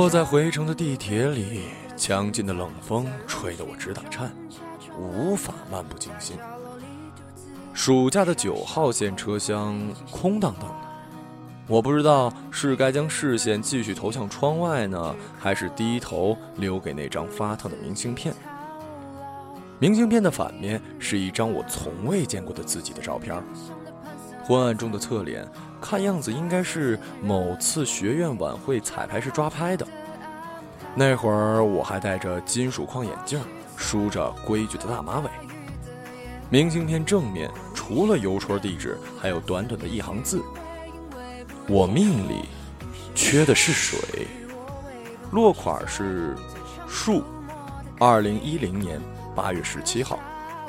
坐在回程的地铁里，强劲的冷风吹得我直打颤，无法漫不经心。暑假的9号线车厢空荡荡的，我不知道是该将视线继续投向窗外呢，还是低头留给那张发烫的明信片。明信片的反面是一张我从未见过的自己的照片，昏暗中的侧脸看样子应该是某次学院晚会彩排时抓拍的。那会儿我还戴着金属框眼镜，梳着规矩的大马尾。明信片正面除了邮戳地址，还有短短的一行字：我命里缺的是水。落款是树，2010年8月17号。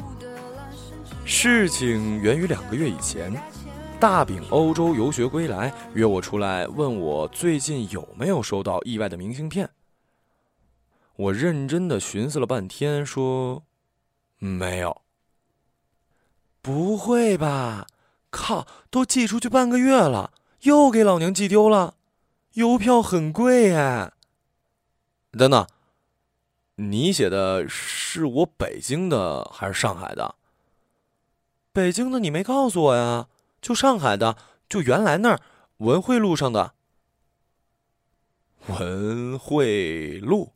事情源于2个月以前，大饼欧洲游学归来，约我出来问我最近有没有收到意外的明信片。我认真的寻思了半天，说没有。不会吧，靠，都寄出去半个月了，又给老娘寄丢了，邮票很贵哎。等等，你写的是我北京的还是上海的？北京的你没告诉我呀，就上海的，就原来那儿文汇路上的。文汇路？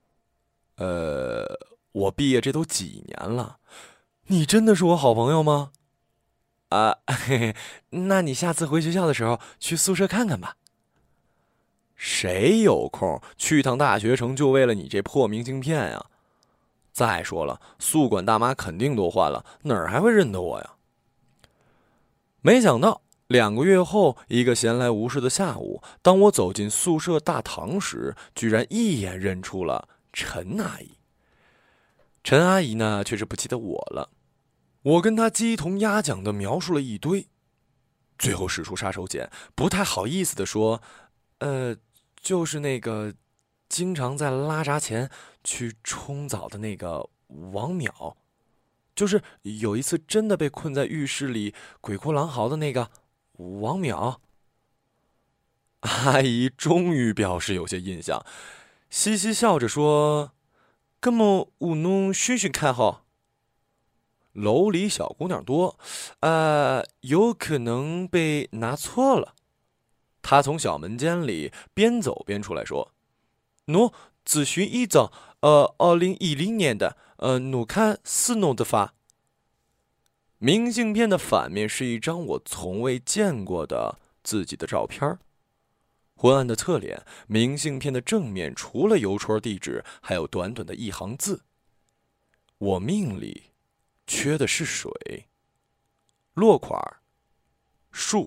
我毕业这都几年了，你真的是我好朋友吗？嘿嘿，那你下次回学校的时候去宿舍看看吧。谁有空去一趟大学城就为了你这破明信片呀？再说了，宿管大妈肯定都换了，哪儿还会认得我呀？没想到2个月后，一个闲来无事的下午，当我走进宿舍大堂时，居然一眼认出了陈阿姨。陈阿姨呢，却是不记得我了。我跟她鸡同鸭讲地描述了一堆，最后使出杀手锏，不太好意思地说，就是那个经常在拉闸前去冲澡的那个王淼，就是有一次真的被困在浴室里鬼哭狼嚎的那个王淼。阿姨终于表示有些印象，嘻嘻笑着说，那么我侬寻寻看好。楼里小姑娘多，有可能被拿错了。她从小门间里边走边出来说，喏，咨询一张2010年的，喏看是喏的发。明信片的反面是一张我从未见过的自己的照片。昏暗的侧脸，明信片的正面除了邮戳地址，还有短短的一行字：我命里缺的是水。落款树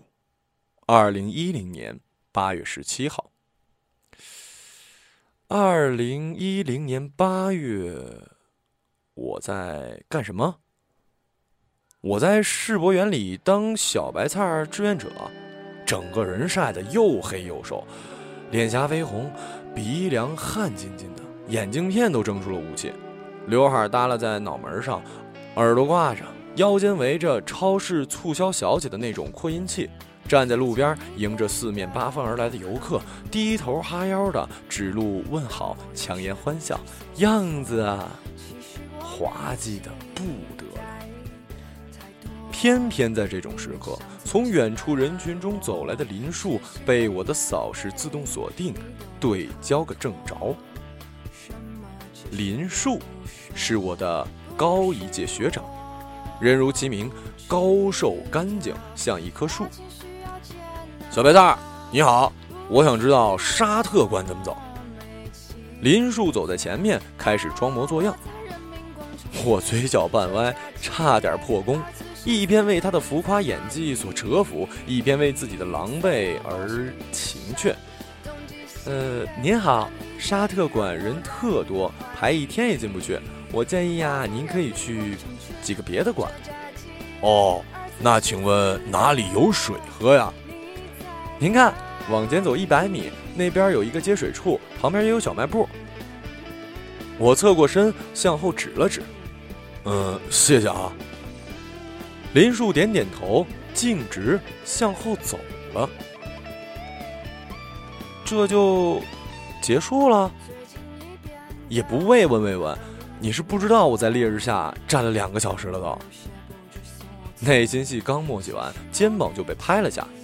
，2010年8月17号。2010年8月，我在干什么？我在世博园里当小白菜志愿者，整个人晒得又黑又瘦，脸颊绯红，鼻梁汗津津的，眼镜片都蒸出了雾气，刘海耷拉在脑门上，耳朵挂着，腰间围着超市促销小姐的那种扩音器，站在路边迎着四面八方而来的游客，低头哈腰的指路问好，强颜欢笑，样子啊滑稽的不得了。偏偏在这种时刻，从远处人群中走来的林树被我的扫视自动锁定，对焦个正着。林树是我的高一届学长，人如其名，高瘦干净，像一棵树。小白菜，你好，我想知道沙特馆怎么走。林树走在前面，开始装模作样。我嘴角半歪，差点破功，一边为他的浮夸演技所折服，一边为自己的狼狈而情却。您好，沙特馆人特多，排1天也进不去，我建议啊，您可以去几个别的馆。哦，那请问哪里有水喝呀？您看，往前走100米，那边有一个接水处，旁边也有小卖部。我侧过身向后指了指，谢谢啊。林树点点头，径直向后走了。这就结束了？也不慰问，你是不知道我在烈日下站了2个小时了都。内心戏刚默写完，肩膀就被拍了下。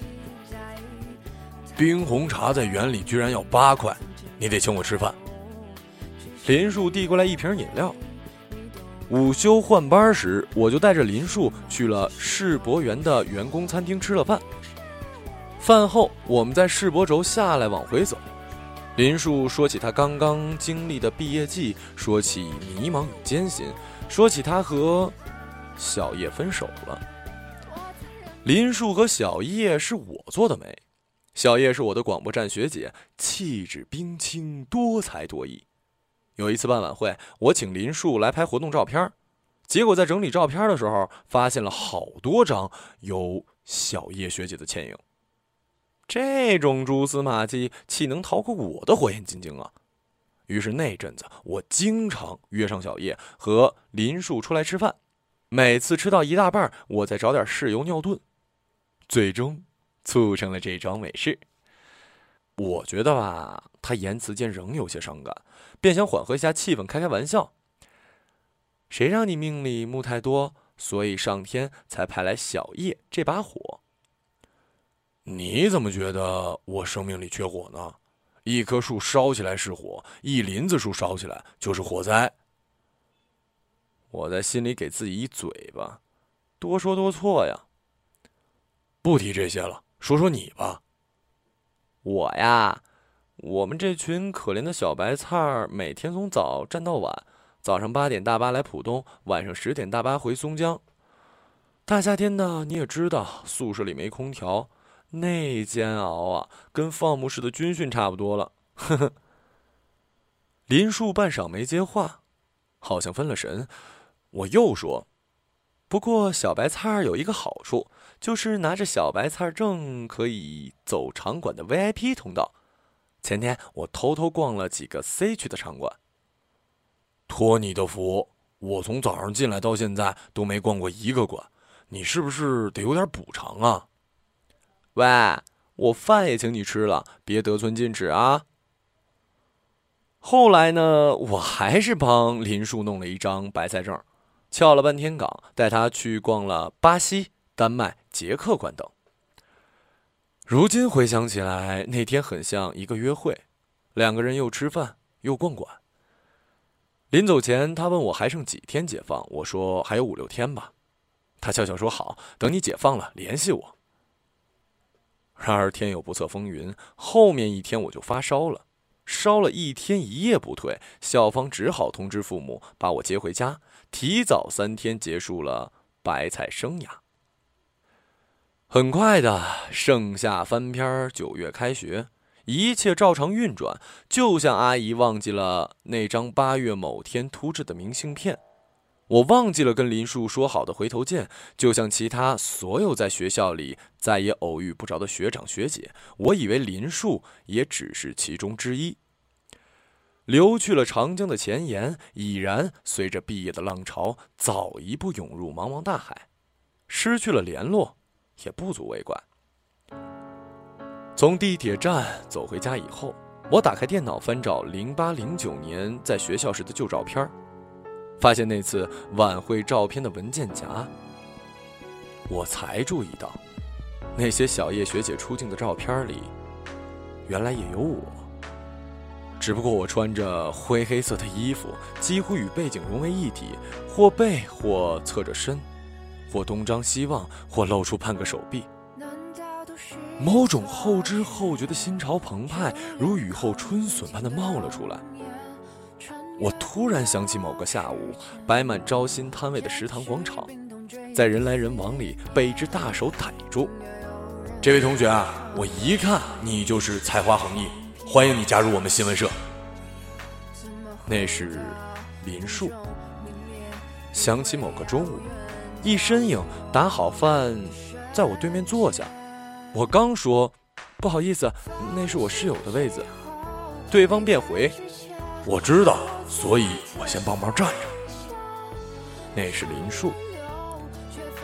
冰红茶在园里居然要8块，你得请我吃饭。林树递过来一瓶饮料。午休换班时，我就带着林树去了世博园的员工餐厅吃了饭。饭后，我们在世博轴下来往回走。林树说起他刚刚经历的毕业季，说起迷茫与艰辛，说起他和小叶分手了。林树和小叶是我做的媒，小叶是我的广播站学姐，气质冰清，多才多艺。有一次办晚会，我请林树来拍活动照片，结果在整理照片的时候，发现了好多张有小叶学姐的倩影。这种蛛丝马迹岂能逃过我的火眼金睛啊？于是那阵子我经常约上小叶和林树出来吃饭，每次吃到一大半，我再找点豉油尿炖，最终促成了这桩美事。我觉得吧，他言辞间仍有些伤感，便想缓和一下气氛，开开玩笑。谁让你命里木太多，所以上天才派来小叶这把火。你怎么觉得我生命里缺火呢？一棵树烧起来是火，一林子树烧起来就是火灾。我在心里给自己一嘴巴，多说多错呀。不提这些了，说说你吧。我呀，我们这群可怜的小白菜每天从早站到晚，早上8点大巴来浦东，晚上10点大巴回松江。大夏天的你也知道，宿舍里没空调，那煎熬啊，跟放牧式的军训差不多了。呵呵。林树半晌没接话，好像分了神。我又说，不过小白菜有一个好处，就是拿着小白菜证可以走场馆的 VIP 通道。前天我偷偷逛了几个 C 区的场馆。托你的福，我从早上进来到现在都没逛过一个馆，你是不是得有点补偿啊？喂，我饭也请你吃了，别得寸进尺啊。后来呢，我还是帮林树弄了一张白菜证，撬了半天岗，带他去逛了巴西、丹麦、捷克馆等。如今回想起来，那天很像一个约会，2个人又吃饭又逛馆。临走前，他问我还剩几天解放，我说还有5、6天吧。他笑笑说好，等你解放了联系我。然而天有不测风云，后面1天我就发烧了，烧了1天1夜不退，校方只好通知父母把我接回家，提早3天结束了白菜生涯。很快的，盛夏翻篇，9月开学，一切照常运转，就像阿姨忘记了那张8月某天突制的明信片。我忘记了跟林树说好的回头见，就像其他所有在学校里再也偶遇不着的学长学姐，我以为林树也只是其中之一。流去了长江的前沿，已然随着毕业的浪潮早一步涌入茫茫大海，失去了联络也不足为怪。从地铁站走回家以后，我打开电脑翻找08、09年在学校时的旧照片，发现那次晚会照片的文件夹，我才注意到，那些小叶学姐出镜的照片里，原来也有我。只不过我穿着灰黑色的衣服，几乎与背景融为一体，或背或侧着身，或东张西望，或露出半个手臂。某种后知后觉的心潮澎湃，如雨后春笋般的冒了出来。我突然想起某个下午，摆满招新摊位的食堂广场，在人来人往里被一只大手逮住。这位同学啊，我一看你就是才华横溢，欢迎你加入我们新闻社。那是林树。想起某个中午，一身影打好饭在我对面坐下，我刚说不好意思，那是我室友的位子，对方便回，我知道，所以我先帮忙站着。那是林树。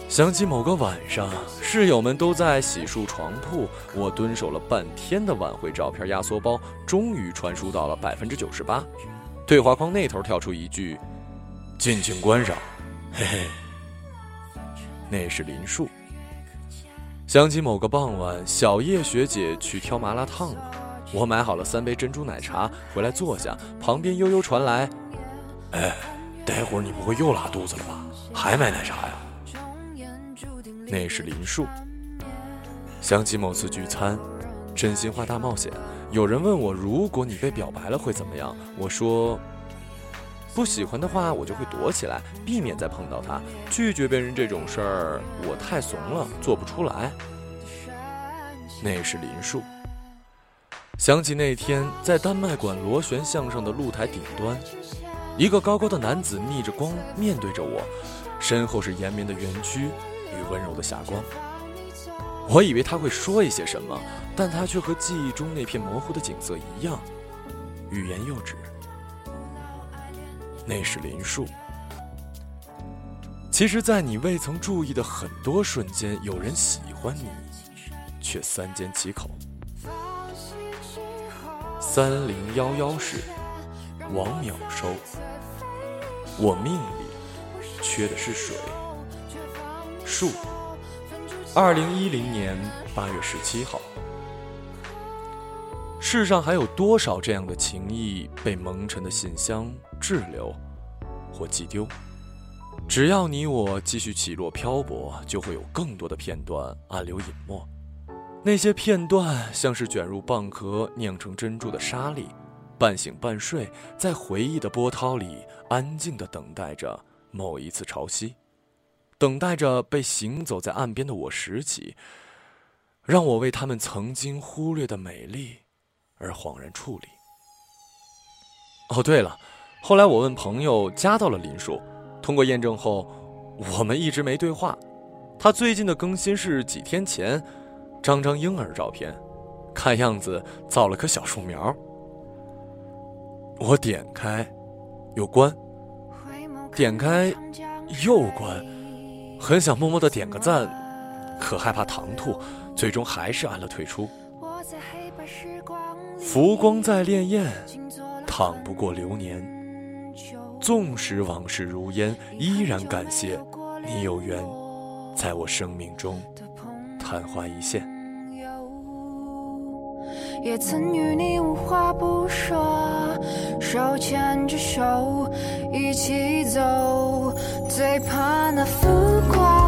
想起某个晚上，室友们都在洗漱床铺，我蹲守了半天的晚会照片压缩包终于传输到了98%。对话框那头跳出一句：“敬请观赏。”嘿嘿，那是林树。想起某个傍晚，小叶学姐去挑麻辣烫了，我买好了3杯珍珠奶茶回来坐下，旁边悠悠传来：“哎，待会儿你不会又拉肚子了吧？还买奶茶呀？”那是林树。想起某次聚餐，真心话大冒险，有人问我，如果你被表白了会怎么样？我说，不喜欢的话我就会躲起来，避免再碰到他。拒绝别人这种事儿，我太怂了，做不出来。那是林树。想起那天在丹麦馆螺旋向上的露台顶端，一个高高的男子逆着光面对着我，身后是延绵的园区与温柔的霞光。我以为他会说一些什么，但他却和记忆中那片模糊的景色一样，欲言又止。那是林树。其实在你未曾注意的很多瞬间，有人喜欢你，却三缄其口。3011是王淼收。我命里缺的是水。树。2010年8月17号。世上还有多少这样的情谊被蒙尘的信箱滞留或寄丢？只要你我继续起落漂泊，就会有更多的片段暗流隐没。那些片段像是卷入蚌壳酿成珍珠的沙粒，半醒半睡，在回忆的波涛里安静地等待着某一次潮汐，等待着被行走在岸边的我拾起，让我为他们曾经忽略的美丽而恍然处理。哦，对了，后来我问朋友加到了林树，通过验证后，我们一直没对话。他最近的更新是几天前，张婴儿照片，看样子造了棵小树苗。我点开又关，点开又关，很想默默地点个赞，可害怕唐突，最终还是按了退出。浮光在潋滟，淌不过流年。纵使往事如烟，依然感谢你有缘在我生命中昙花一现。 也曾与你无话不说，手牵着手一起走，最怕那浮夸